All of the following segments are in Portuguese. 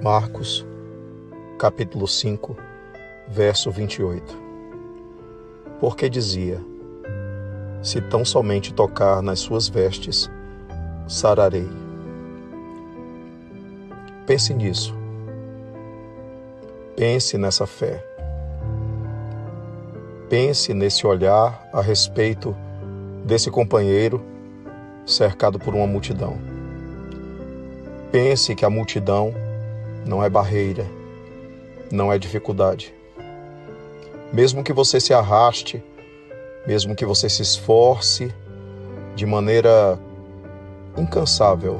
Marcos, capítulo 5, verso 28. Porque dizia: se tão somente tocar nas suas vestes, sararei. Pense nisso. Pense nessa fé. Pense nesse olhar a respeito desse companheiro cercado por uma multidão. Pense que a multidão não é barreira, não é dificuldade. Mesmo que você se arraste, mesmo que você se esforce de maneira incansável,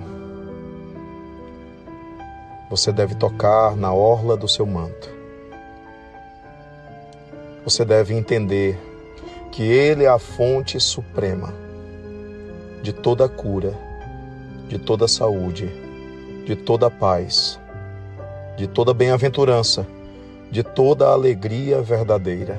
você deve tocar na orla do seu manto. Você deve entender que Ele é a fonte suprema de toda cura, de toda saúde, de toda paz, de toda bem-aventurança, de toda alegria verdadeira.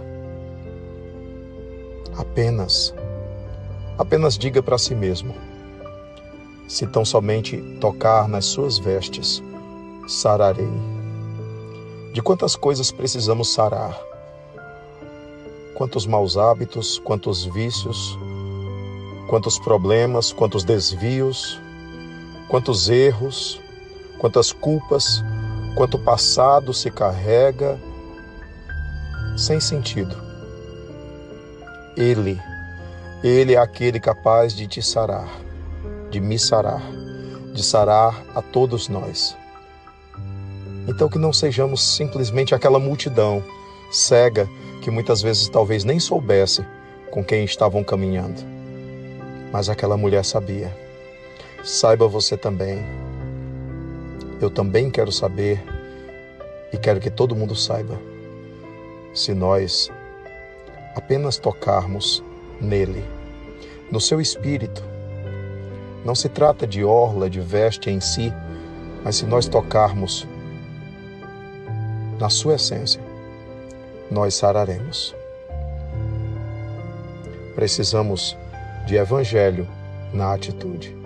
Apenas diga para si mesmo: se tão somente tocar nas suas vestes, sararei. De quantas coisas precisamos sarar? Quantos maus hábitos, quantos vícios, quantos problemas, quantos desvios, quantos erros, quantas culpas, quanto passado se carrega sem sentido. Ele é aquele capaz de te sarar, de me sarar, de sarar a todos nós. Então que não sejamos simplesmente aquela multidão cega que muitas vezes talvez nem soubesse com quem estavam caminhando. Mas aquela mulher sabia. Saiba você também. Eu também quero saber e quero que todo mundo saiba. Se nós apenas tocarmos nele, no seu espírito, não se trata de orla, de veste em si, mas se nós tocarmos na sua essência, nós sararemos. Precisamos de evangelho na atitude.